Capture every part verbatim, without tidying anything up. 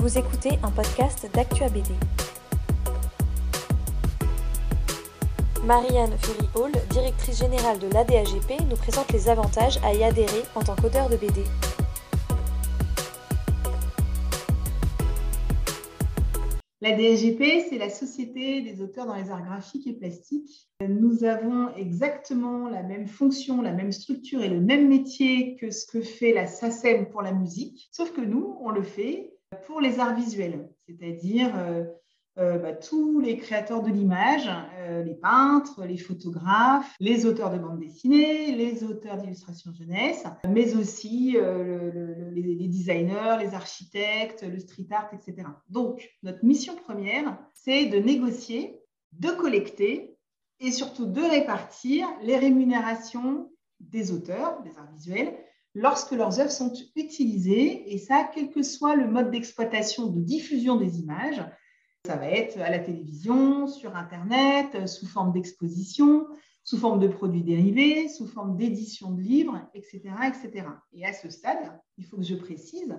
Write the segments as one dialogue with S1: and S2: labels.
S1: Vous écoutez un podcast d'Actua B D. Marie-Anne Ferry-Hall, directrice générale de l'A D A G P, nous présente les avantages à y adhérer en tant qu'auteur de B D.
S2: L'A D A G P, c'est la Société des auteurs dans les arts graphiques et plastiques. Nous avons exactement la même fonction, la même structure et le même métier que ce que fait la SACEM pour la musique, sauf que nous, on le fait pour les arts visuels, c'est-à-dire euh, euh, bah, tous les créateurs de l'image, euh, les peintres, les photographes, les auteurs de bande dessinée, les auteurs d'illustration jeunesse, mais aussi euh, le, le, les, les designers, les architectes, le street art, et cetera. Donc, notre mission première, c'est de négocier, de collecter et surtout de répartir les rémunérations des auteurs, des arts visuels, lorsque leurs œuvres sont utilisées, et ça, quel que soit le mode d'exploitation, de diffusion des images. Ça va être à la télévision, sur Internet, sous forme d'exposition, sous forme de produits dérivés, sous forme d'édition de livres, et cetera, et cetera. Et à ce stade, il faut que je précise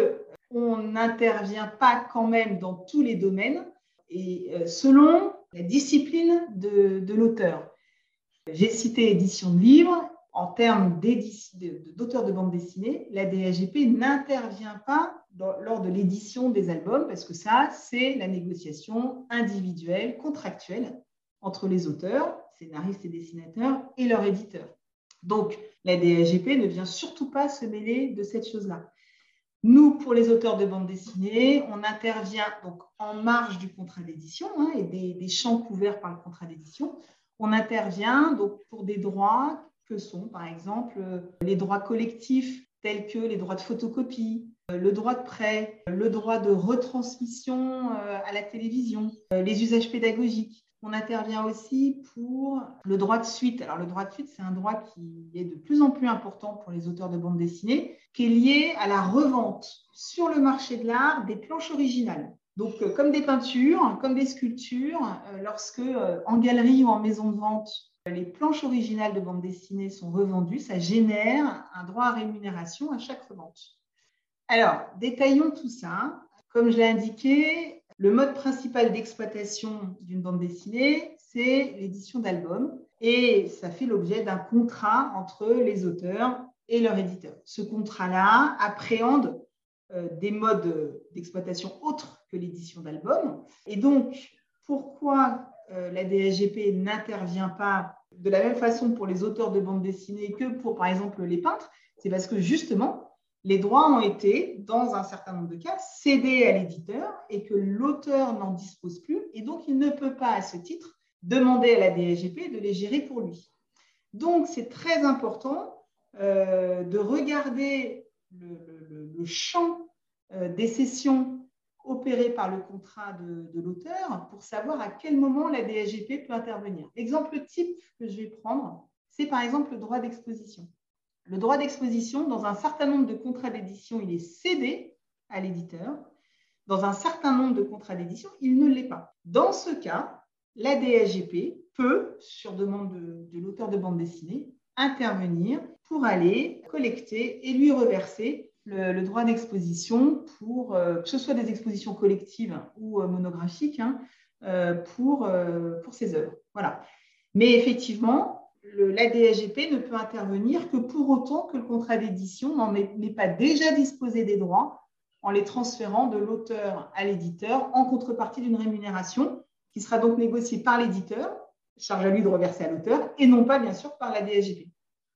S2: qu'on n'intervient pas quand même dans tous les domaines, et selon la discipline de, de l'auteur. J'ai cité édition de livres. En termes d'auteurs de bande dessinée, l'A D A G P n'intervient pas dans, lors de l'édition des albums parce que ça, c'est la négociation individuelle, contractuelle entre les auteurs, scénaristes et dessinateurs et leur éditeur. Donc, l'A D A G P ne vient surtout pas se mêler de cette chose-là. Nous, pour les auteurs de bande dessinée, on intervient donc en marge du contrat d'édition hein, et des, des champs couverts par le contrat d'édition. On intervient donc pour des droits que sont, par exemple, les droits collectifs tels que les droits de photocopie, le droit de prêt, le droit de retransmission à la télévision, les usages pédagogiques. On intervient aussi pour le droit de suite. Alors, le droit de suite, c'est un droit qui est de plus en plus important pour les auteurs de bande dessinée, qui est lié à la revente sur le marché de l'art des planches originales. Donc, comme des peintures, comme des sculptures, lorsque en galerie ou en maison de vente, les planches originales de bande dessinée sont revendues, ça génère un droit à rémunération à chaque revente. Alors, détaillons tout ça. Comme je l'ai indiqué, le mode principal d'exploitation d'une bande dessinée, c'est l'édition d'albums et ça fait l'objet d'un contrat entre les auteurs et leur éditeur. Ce contrat-là appréhende euh, des modes d'exploitation autres que l'édition d'albums. Et donc, pourquoi euh, l'A D A G P n'intervient pas de la même façon pour les auteurs de bande dessinée que pour, par exemple, les peintres? C'est parce que, justement, les droits ont été, dans un certain nombre de cas, cédés à l'éditeur et que l'auteur n'en dispose plus et donc il ne peut pas, à ce titre, demander à la D A G P de les gérer pour lui. Donc, c'est très important euh, de regarder le, le, le champ euh, des cessions opérées par le contrat de, de l'auteur pour savoir à quel moment la D A G P peut intervenir. L'exemple type que je vais prendre, c'est par exemple le droit d'exposition. Le droit d'exposition, dans un certain nombre de contrats d'édition, il est cédé à l'éditeur. Dans un certain nombre de contrats d'édition, il ne l'est pas. Dans ce cas, la D A G P peut, sur demande de, de l'auteur de bande dessinée, intervenir pour aller collecter et lui reverser le, le droit d'exposition pour euh, que ce soit des expositions collectives ou euh, monographiques hein, euh, pour, euh, pour ses œuvres. Voilà. Mais effectivement, l'A D A G P ne peut intervenir que pour autant que le contrat d'édition n'en n'ait pas déjà disposé des droits en les transférant de l'auteur à l'éditeur en contrepartie d'une rémunération qui sera donc négociée par l'éditeur, charge à lui de reverser à l'auteur, et non pas bien sûr par l'A D A G P.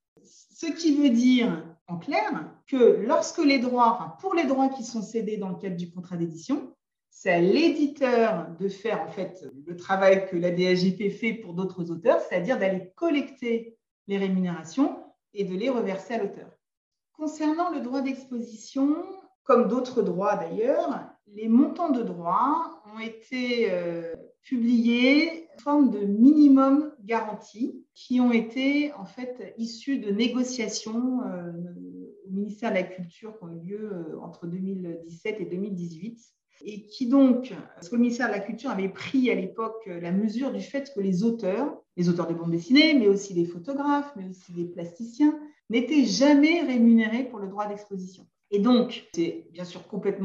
S2: Ce qui veut dire en clair que lorsque les droits, enfin pour les droits qui sont cédés dans le cadre du contrat d'édition, c'est à l'éditeur de faire en fait le travail que l'A D A G P fait pour d'autres auteurs, c'est-à-dire d'aller collecter les rémunérations et de les reverser à l'auteur. Concernant le droit d'exposition, comme d'autres droits d'ailleurs, les montants de droits ont été euh, publiés en forme de minimum garantie qui ont été en fait issus de négociations euh, au ministère de la Culture qui ont eu lieu euh, entre deux mille dix-sept et deux mille dix-huit. Et qui donc, parce que le ministère de la Culture avait pris à l'époque la mesure du fait que les auteurs, les auteurs de bande dessinée, mais aussi les photographes, mais aussi les plasticiens, n'étaient jamais rémunérés pour le droit d'exposition. Et donc, c'est bien sûr complètement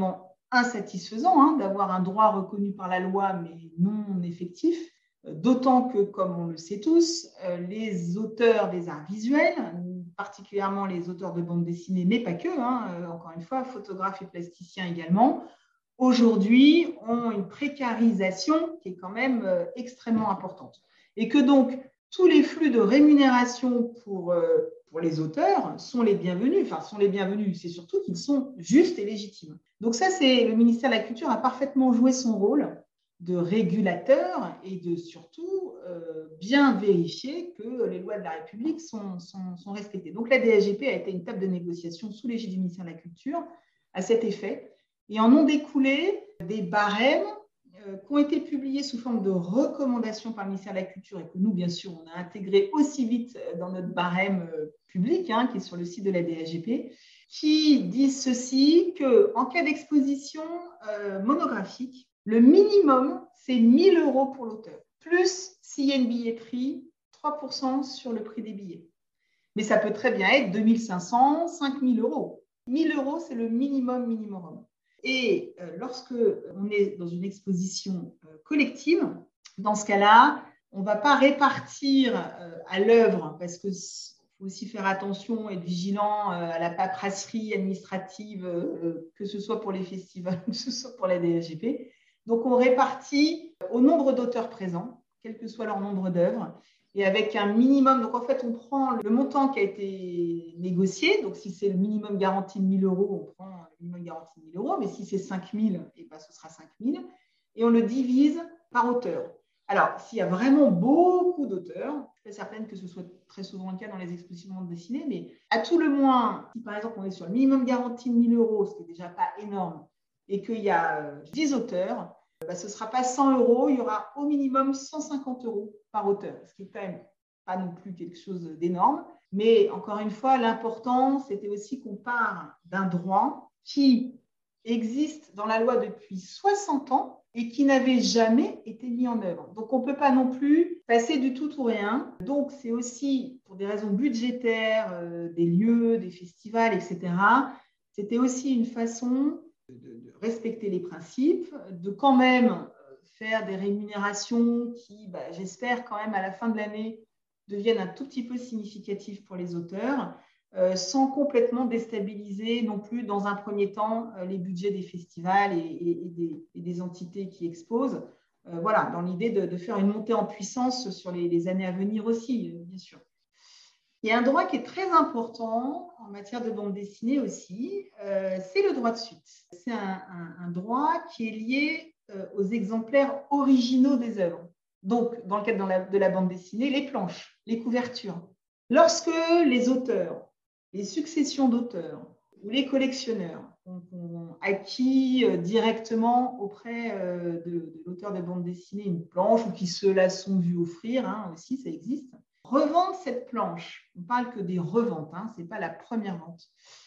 S2: insatisfaisant hein, d'avoir un droit reconnu par la loi mais non effectif, d'autant que, comme on le sait tous, les auteurs des arts visuels, particulièrement les auteurs de bande dessinée, mais pas que, hein, encore une fois, photographes et plasticiens également, aujourd'hui ont une précarisation qui est quand même extrêmement importante. Et que donc, tous les flux de rémunération pour, pour les auteurs sont les bienvenus. Enfin, sont les bienvenus, c'est surtout qu'ils sont justes et légitimes. Donc ça, c'est le ministère de la Culture a parfaitement joué son rôle de régulateur et de surtout euh, bien vérifier que les lois de la République sont, sont, sont respectées. Donc la D A G P a été une table de négociation sous l'égide du ministère de la Culture à cet effet. Et en ont découlé des barèmes euh, qui ont été publiés sous forme de recommandations par le ministère de la Culture et que nous, bien sûr, on a intégré aussi vite dans notre barème euh, public, hein, qui est sur le site de la D A G P, qui disent ceci, qu'en cas d'exposition euh, monographique, le minimum, c'est mille euros pour l'auteur, plus s'il y a une billetterie, trois pour cent sur le prix des billets. Mais ça peut très bien être deux mille cinq cents, cinq mille euros. mille euros, c'est le minimum minimum. Et euh, lorsque on est dans une exposition euh, collective, dans ce cas-là, on ne va pas répartir euh, à l'œuvre, parce qu'il faut aussi faire attention et être vigilant euh, à la paperasserie administrative, euh, que ce soit pour les festivals ou que ce soit pour la D A G P. Donc, on répartit au nombre d'auteurs présents, quel que soit leur nombre d'œuvres, et avec un minimum. Donc, en fait, on prend le montant qui a été négocié. Donc, si c'est le minimum garanti de mille euros, on prend le minimum garanti de mille euros. Mais si c'est cinq mille, eh ben, ce sera cinq mille. Et on le divise par auteur. Alors, s'il y a vraiment beaucoup d'auteurs, je ne suis pas certaine que ce soit très souvent le cas dans les expositions de bande dessinée, mais à tout le moins, si par exemple on est sur le minimum garanti de mille euros, ce qui n'est déjà pas énorme, et qu'il y a dix auteurs, bah, ce ne sera pas cent euros, il y aura au minimum cent cinquante euros par auteur, ce qui n'est quand même pas non plus quelque chose d'énorme. Mais encore une fois, l'important, c'était aussi qu'on part d'un droit qui existe dans la loi depuis soixante ans et qui n'avait jamais été mis en œuvre. Donc, on ne peut pas non plus passer du tout ou rien. Donc, c'est aussi pour des raisons budgétaires, euh, des lieux, des festivals, et cetera. C'était aussi une façon de, de respecter les principes, de quand même faire des rémunérations qui, bah, j'espère quand même à la fin de l'année, deviennent un tout petit peu significatives pour les auteurs, euh, sans complètement déstabiliser non plus dans un premier temps euh, les budgets des festivals et, et, et, des, et des entités qui exposent. Euh, voilà, dans l'idée de, de faire une montée en puissance sur les, les années à venir aussi, euh, bien sûr. Il y a un droit qui est très important en matière de bande dessinée aussi, euh, c'est le droit de suite. C'est un, un, un droit qui est lié euh, aux exemplaires originaux des œuvres. Donc, dans le cadre de la, de la bande dessinée, les planches, les couvertures. Lorsque les auteurs, les successions d'auteurs ou les collectionneurs ont, ont acquis euh, directement auprès euh, de, de l'auteur de bande dessinée une planche ou qui se la sont vus offrir, hein, aussi, ça existe, revendre cette planche, on ne parle que des reventes, hein, ce n'est pas la première vente,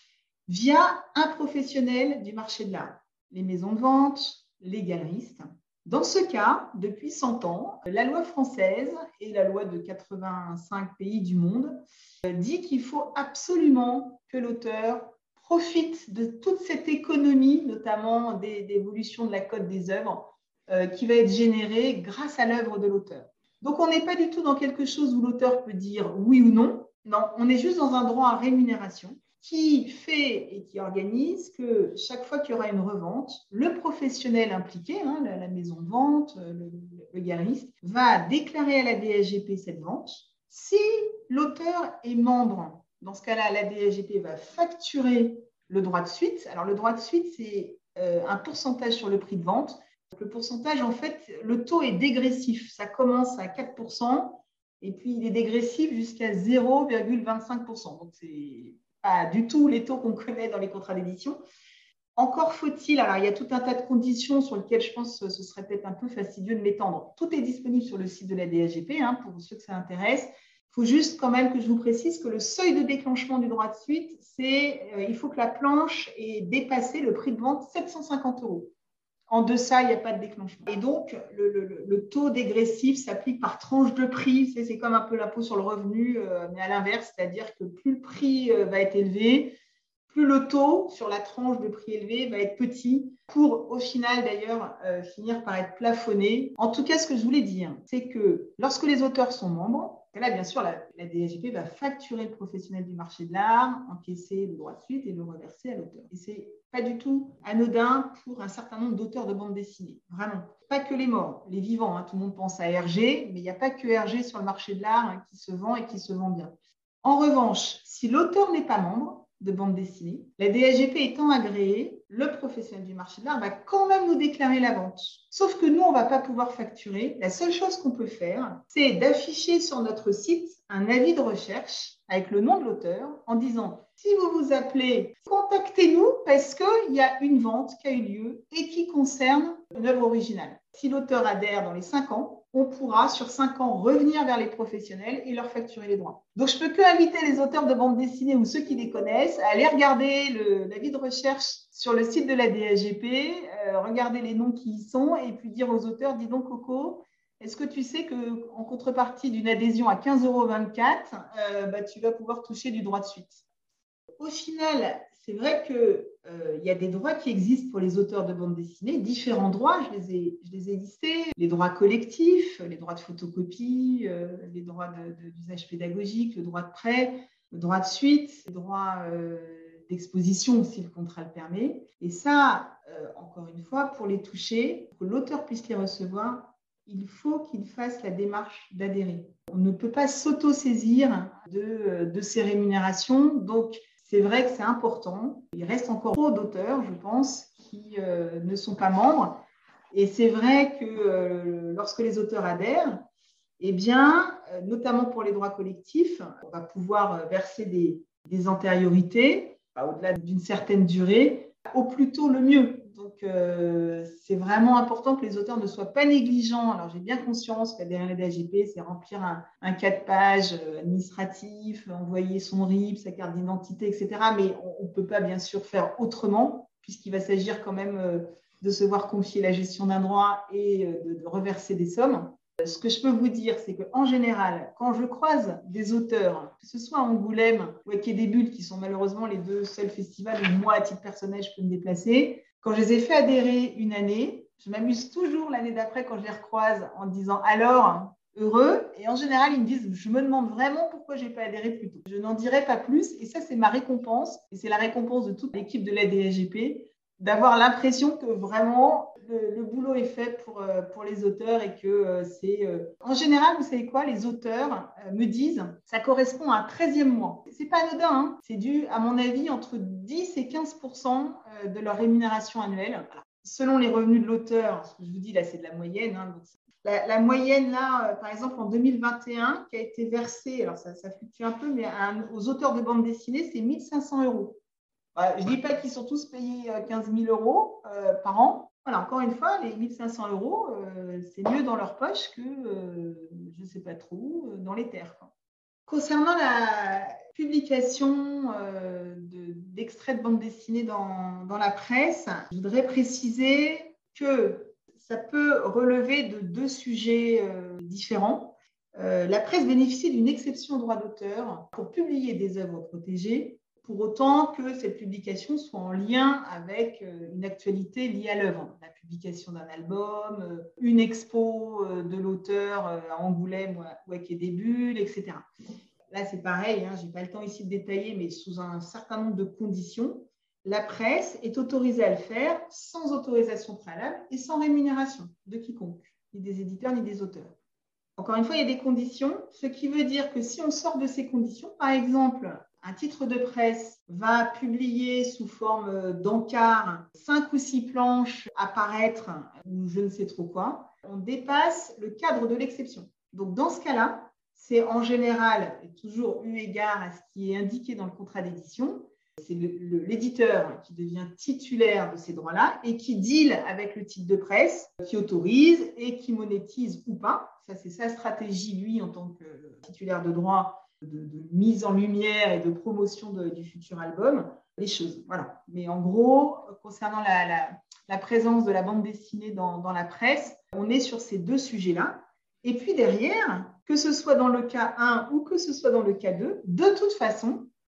S2: via un professionnel du marché de l'art, les maisons de vente, les galeristes. Dans ce cas, depuis cent ans, la loi française et la loi de quatre-vingt-cinq pays du monde dit qu'il faut absolument que l'auteur profite de toute cette économie, notamment des, d'évolution de la cote des œuvres, euh, qui va être générée grâce à l'œuvre de l'auteur. Donc, on n'est pas du tout dans quelque chose où l'auteur peut dire oui ou non. Non, on est juste dans un droit à rémunération qui fait et qui organise que chaque fois qu'il y aura une revente, le professionnel impliqué, hein, la, la maison de vente, le, le galeriste, va déclarer à la D S G P cette vente. Si l'auteur est membre, dans ce cas-là, la D S G P va facturer le droit de suite. Alors, le droit de suite, c'est euh, un pourcentage sur le prix de vente. Le pourcentage, en fait, le taux est dégressif. Ça commence à quatre pour cent et puis il est dégressif jusqu'à zéro virgule vingt-cinq pour cent. Donc, c'est pas du tout les taux qu'on connaît dans les contrats d'édition. Encore faut-il, alors il y a tout un tas de conditions sur lesquelles je pense que ce serait peut-être un peu fastidieux de m'étendre. Tout est disponible sur le site de la D S G P, hein, pour ceux que ça intéresse. Il faut juste quand même que je vous précise que le seuil de déclenchement du droit de suite, c'est euh, il faut que la planche ait dépassé le prix de vente sept cent cinquante euros. En deçà, il n'y a pas de déclenchement. Et donc, le, le, le taux dégressif s'applique par tranche de prix. C'est, c'est comme un peu l'impôt sur le revenu, euh, mais à l'inverse, c'est-à-dire que plus le prix euh, va être élevé, plus le taux sur la tranche de prix élevé va être petit pour, au final d'ailleurs, euh, finir par être plafonné. En tout cas, ce que je voulais dire, c'est que lorsque les auteurs sont membres, là, bien sûr, la, la D G P va facturer le professionnel du marché de l'art, encaisser le droit de suite et le reverser à l'auteur. Et c'est pas du tout anodin pour un certain nombre d'auteurs de bande dessinée. Vraiment. Pas que les morts, les vivants. Hein. Tout le monde pense à R G, mais il n'y a pas que R G sur le marché de l'art hein, qui se vend et qui se vend bien. En revanche, si l'auteur n'est pas membre de bande dessinée, la D G P étant agréée, le professionnel du marché de l'art va quand même nous déclarer la vente. Sauf que nous, on ne va pas pouvoir facturer. La seule chose qu'on peut faire, c'est d'afficher sur notre site un avis de recherche avec le nom de l'auteur en disant « Si vous vous appelez, contactez-nous parce qu'il y a une vente qui a eu lieu et qui concerne une œuvre originale. » Si l'auteur adhère dans les cinq ans, on pourra sur cinq ans revenir vers les professionnels et leur facturer les droits. Donc, je ne peux que inviter les auteurs de bande dessinée ou ceux qui les connaissent à aller regarder le, l'avis de recherche sur le site de la D G P, euh, regarder les noms qui y sont et puis dire aux auteurs, dis donc Coco, est-ce que tu sais qu'en contrepartie d'une adhésion à quinze euros vingt-quatre, euh, bah, tu vas pouvoir toucher du droit de suite. Au final, c'est vrai qu'il euh, y a des droits qui existent pour les auteurs de bande dessinée, différents droits, je les ai, je les ai listés, les droits collectifs, les droits de photocopie, euh, les droits de, de, d'usage pédagogique, le droit de prêt, le droit de suite, les droits euh, d'exposition si le contrat le permet. Et ça, euh, encore une fois, pour les toucher, pour que l'auteur puisse les recevoir, il faut qu'il fasse la démarche d'adhérer. On ne peut pas s'auto-saisir de, de ces rémunérations, donc c'est vrai que c'est important. Il reste encore trop d'auteurs, je pense, qui euh, ne sont pas membres. Et c'est vrai que euh, lorsque les auteurs adhèrent, eh bien, euh, notamment pour les droits collectifs, on va pouvoir verser des, des antériorités, au-delà d'une certaine durée, au plus tôt le mieux. Donc, euh, c'est vraiment important que les auteurs ne soient pas négligents. Alors, j'ai bien conscience qu'adhérer à la D G P, c'est remplir un, un quatre pages administratif, envoyer son R I B, sa carte d'identité, et cetera. Mais on ne peut pas, bien sûr, faire autrement, puisqu'il va s'agir quand même euh, de se voir confier la gestion d'un droit et euh, de, de reverser des sommes. Ce que je peux vous dire, c'est qu'en général, quand je croise des auteurs, que ce soit à Angoulême ou à Quai des Bulles, qui sont malheureusement les deux seuls festivals où moi, à titre personnel, je peux me déplacer, quand je les ai fait adhérer une année, je m'amuse toujours l'année d'après quand je les recroise en disant « alors, heureux ?» Et en général, ils me disent « je me demande vraiment pourquoi je n'ai pas adhéré plus tôt. » Je n'en dirai pas plus et ça, c'est ma récompense et c'est la récompense de toute l'équipe de la D G P d'avoir l'impression que vraiment le, le boulot est fait pour, euh, pour les auteurs et que euh, c'est… Euh... En général, vous savez quoi, les auteurs euh, me disent ça correspond à un treizième mois. C'est pas anodin, hein, c'est dû, à mon avis, entre dix et quinze pour cent de leur rémunération annuelle. Alors, selon les revenus de l'auteur, ce que je vous dis là, c'est de la moyenne. Hein, donc la, la moyenne, là, euh, par exemple, en deux mille vingt et un, qui a été versée, alors ça, ça fluctue un peu, mais un, aux auteurs de bande dessinée, c'est mille cinq cents euros. Je ne dis pas qu'ils sont tous payés quinze mille euros euh, par an. Voilà, encore une fois, les mille cinq cents euros, euh, c'est mieux dans leur poche que, euh, je ne sais pas trop, dans les terres. Quoi. Concernant la publication euh, de, d'extraits de bande dessinée dans, dans la presse, je voudrais préciser que ça peut relever de deux sujets euh, différents. Euh, la presse bénéficie d'une exception au droit d'auteur pour publier des œuvres protégées, pour autant que cette publication soit en lien avec une actualité liée à l'œuvre. La publication d'un album, une expo de l'auteur à Angoulême ou à Quai des Bulles, et cetera. Là, c'est pareil, hein, je n'ai pas le temps ici de détailler, mais sous un certain nombre de conditions, la presse est autorisée à le faire sans autorisation préalable et sans rémunération de quiconque, ni des éditeurs ni des auteurs. Encore une fois, il y a des conditions, ce qui veut dire que si on sort de ces conditions, par exemple, un titre de presse va publier sous forme d'encart cinq ou six planches à paraître ou je ne sais trop quoi, on dépasse le cadre de l'exception. Donc, dans ce cas-là, c'est en général, et toujours eu égard à ce qui est indiqué dans le contrat d'édition, c'est le, le, l'éditeur qui devient titulaire de ces droits-là et qui deal avec le titre de presse, qui autorise et qui monétise ou pas. Ça, c'est sa stratégie, lui, en tant que titulaire de droit, de, de mise en lumière et de promotion de, du futur album, les choses. Voilà. Mais en gros, concernant la, la, la présence de la bande dessinée dans, dans la presse, on est sur ces deux sujets-là. Et puis derrière, que ce soit dans le cas un ou que ce soit dans le cas deux, de toute façon,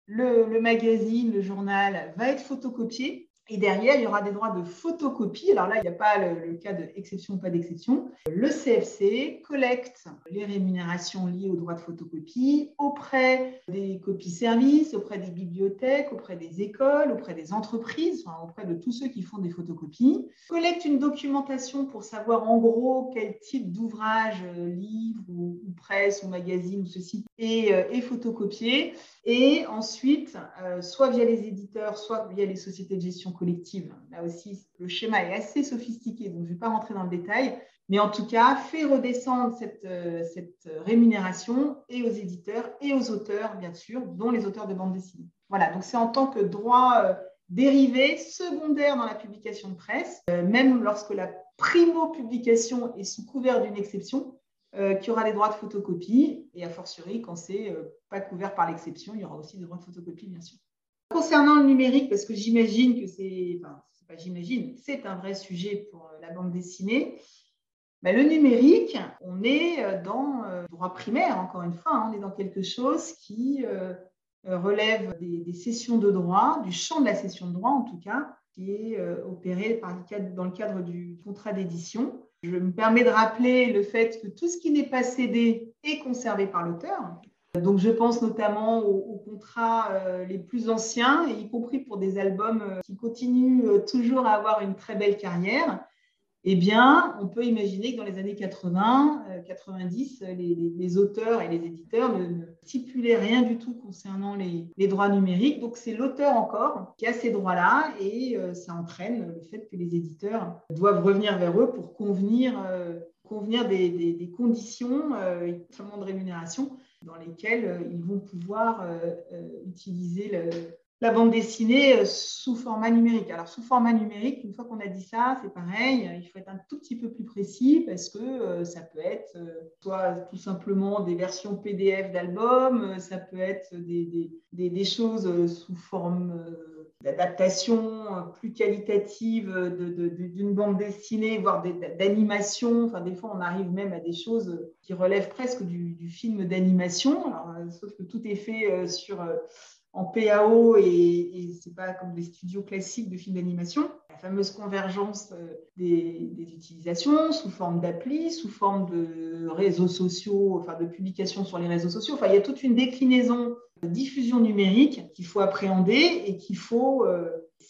S2: le, le magazine, le journal va être photocopié. Et derrière, il y aura des droits de photocopie. Alors là, il n'y a pas le, le cas d'exception, pas d'exception. Le C F C collecte les rémunérations liées aux droits de photocopie auprès des copies-services, auprès des bibliothèques, auprès des écoles, auprès des entreprises, enfin, auprès de tous ceux qui font des photocopies. Collecte une documentation pour savoir en gros quel type d'ouvrage, livre ou, ou presse ou magazine ou ceci est, euh, est photocopié. Et ensuite, euh, soit via les éditeurs, soit via les sociétés de gestion collective. Là aussi, le schéma est assez sophistiqué, donc je ne vais pas rentrer dans le détail. Mais en tout cas, fait redescendre cette, euh, cette rémunération et aux éditeurs et aux auteurs, bien sûr, dont les auteurs de bande dessinée. Voilà, donc c'est en tant que droit euh, dérivé, secondaire dans la publication de presse, euh, même lorsque la primo-publication est sous couvert d'une exception, Euh, qui aura des droits de photocopie, et a fortiori, quand ce n'est euh, pas couvert par l'exception, il y aura aussi des droits de photocopie, bien sûr. Concernant le numérique, parce que j'imagine que c'est, enfin, c'est pas j'imagine, c'est un vrai sujet pour la bande dessinée, ben, le numérique, on est dans le euh, droit primaire, encore une fois, hein, on est dans quelque chose qui euh, relève des, des cessions de droit, du champ de la cession de droit en tout cas, qui est euh, opéré par le cadre, dans le cadre du contrat d'édition. Je me permets de rappeler le fait que tout ce qui n'est pas cédé est conservé par l'auteur. Donc, je pense notamment aux, aux contrats euh, les plus anciens, et y compris pour des albums euh, qui continuent euh, toujours à avoir une très belle carrière. Eh bien, on peut imaginer que dans les années quatre-vingts, quatre-vingt-dix, les, les, les auteurs et les éditeurs ne, ne stipulaient rien du tout concernant les, les droits numériques. Donc, c'est l'auteur encore qui a ces droits-là, et euh, ça entraîne le fait que les éditeurs doivent revenir vers eux pour convenir, euh, convenir des, des, des conditions, euh, notamment de rémunération, dans lesquelles euh, ils vont pouvoir euh, euh, utiliser le la bande dessinée sous format numérique. Alors, sous format numérique, une fois qu'on a dit ça, c'est pareil, il faut être un tout petit peu plus précis parce que euh, ça peut être euh, soit tout simplement des versions P D F d'albums, ça peut être des, des, des, des choses sous forme euh, d'adaptation plus qualitative de, de, de, d'une bande dessinée, voire d'animation. Enfin, des fois, on arrive même à des choses qui relèvent presque du, du film d'animation, alors, sauf que tout est fait sur... Euh, en P A O, et, et ce n'est pas comme des studios classiques de films d'animation. La fameuse convergence des, des utilisations sous forme d'appli, sous forme de réseaux sociaux, enfin de publications sur les réseaux sociaux. Enfin, il y a toute une déclinaison de diffusion numérique qu'il faut appréhender et qu'il faut, euh,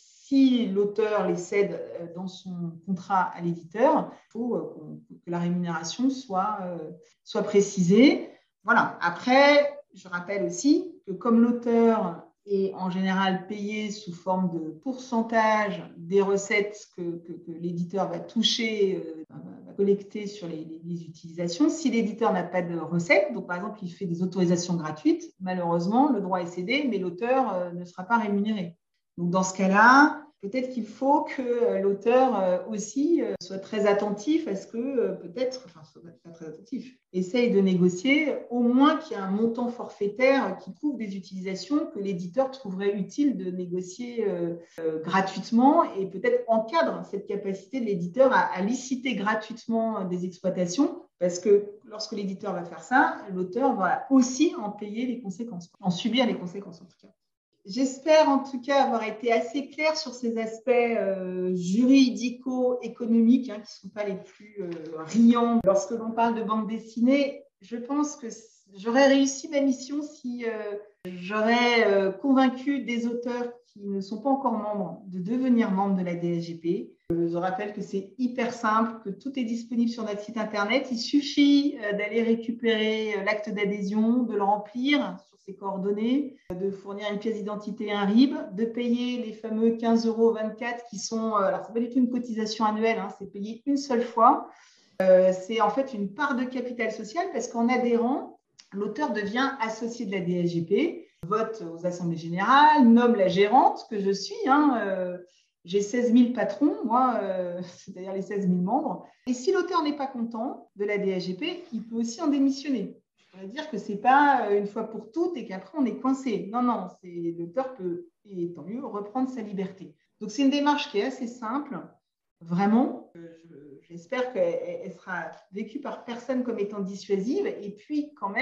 S2: si l'auteur les cède dans son contrat à l'éditeur, il faut euh, que la rémunération soit, euh, soit précisée. Voilà. Après, je rappelle aussi que comme l'auteur est en général payé sous forme de pourcentage des recettes que, que, que l'éditeur va toucher, euh, va collecter sur les, les, les utilisations, si l'éditeur n'a pas de recettes, donc par exemple il fait des autorisations gratuites, malheureusement le droit est cédé, mais l'auteur euh, ne sera pas rémunéré. Donc dans ce cas-là, peut-être qu'il faut que l'auteur aussi soit très attentif à ce que peut-être, enfin, soit pas très attentif, essaye de négocier au moins qu'il y ait un montant forfaitaire qui couvre des utilisations que l'éditeur trouverait utile de négocier euh, euh, gratuitement, et peut-être encadre cette capacité de l'éditeur à, à liciter gratuitement des exploitations, parce que lorsque l'éditeur va faire ça, l'auteur va aussi en payer les conséquences, en subir les conséquences en tout cas. J'espère en tout cas avoir été assez claire sur ces aspects euh, juridico-économiques hein, qui ne sont pas les plus euh, riants. Lorsque l'on parle de bande dessinée, je pense que j'aurais réussi ma mission si euh, j'aurais euh, convaincu des auteurs qui ne sont pas encore membres de devenir membres de la D S G P. Euh, je rappelle que c'est hyper simple, que tout est disponible sur notre site internet. Il suffit euh, d'aller récupérer euh, l'acte d'adhésion, de le remplir sur ses coordonnées, de fournir une pièce d'identité et un R I B, de payer les fameux quinze euros vingt-quatre qui sont, euh, alors ce n'est pas du tout une cotisation annuelle, hein, c'est payé une seule fois. Euh, c'est en fait une part de capital social parce qu'en adhérant, l'auteur devient associé de la D S G P, vote aux assemblées générales, nomme la gérante que je suis. Hein, euh, j'ai seize mille patrons, moi, euh, c'est-à-dire les seize mille membres. Et si l'auteur n'est pas content de la D S G P, il peut aussi en démissionner. Je pourrais dire que ce n'est pas une fois pour toutes et qu'après on est coincé. Non, non, l'auteur peut, et tant mieux, reprendre sa liberté. Donc c'est une démarche qui est assez simple, vraiment. J'espère qu'elle sera vécue par personne comme étant dissuasive. Et puis quand même,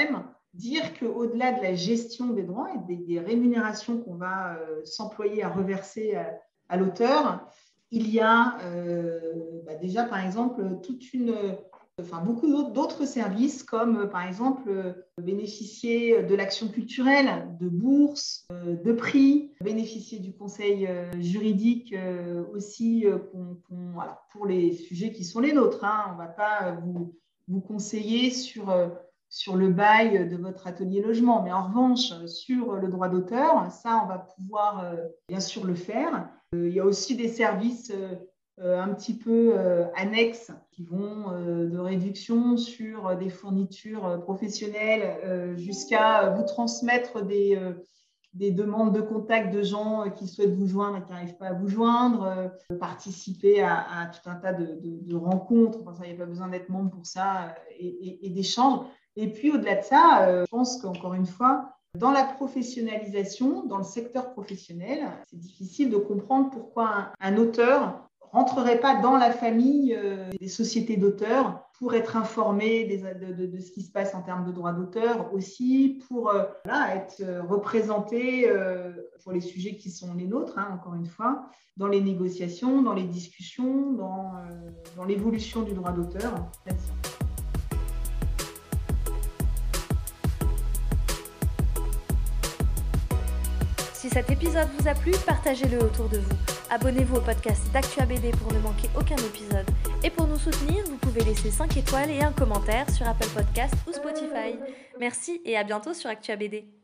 S2: dire qu'au-delà de la gestion des droits et des, des rémunérations qu'on va euh, s'employer à reverser à, à l'auteur, il y a euh, bah déjà, par exemple, toute une, enfin, beaucoup d'autres services, comme par exemple bénéficier de l'action culturelle, de bourses, de prix, bénéficier du conseil juridique aussi qu'on, qu'on, voilà, pour les sujets qui sont les nôtres. Hein. On ne va pas vous, vous conseiller sur, sur le bail de votre atelier logement, mais en revanche, sur le droit d'auteur, ça, on va pouvoir bien sûr le faire. Il y a aussi des services euh, un petit peu euh, annexes qui vont euh, de réduction sur des fournitures professionnelles euh, jusqu'à vous transmettre des, euh, des demandes de contact de gens qui souhaitent vous joindre et qui n'arrivent pas à vous joindre, euh, participer à, à tout un tas de, de, de rencontres. Enfin, ça, il n'y a pas besoin d'être membre pour ça et, et, et d'échanges. Et puis, au-delà de ça, euh, je pense qu'encore une fois, dans la professionnalisation, dans le secteur professionnel, c'est difficile de comprendre pourquoi un, un auteur ne rentrerait pas dans la famille euh, des sociétés d'auteurs pour être informé des, de, de, de ce qui se passe en termes de droits d'auteur aussi, pour euh, voilà, être représenté euh, pour les sujets qui sont les nôtres, hein, encore une fois, dans les négociations, dans les discussions, dans, euh, dans l'évolution du droit d'auteur. Merci.
S1: Si cet épisode vous a plu, partagez-le autour de vous. Abonnez-vous au podcast d'ActuABD pour ne manquer aucun épisode. Et pour nous soutenir, vous pouvez laisser cinq étoiles et un commentaire sur Apple Podcasts ou Spotify. Merci et à bientôt sur ActuABD.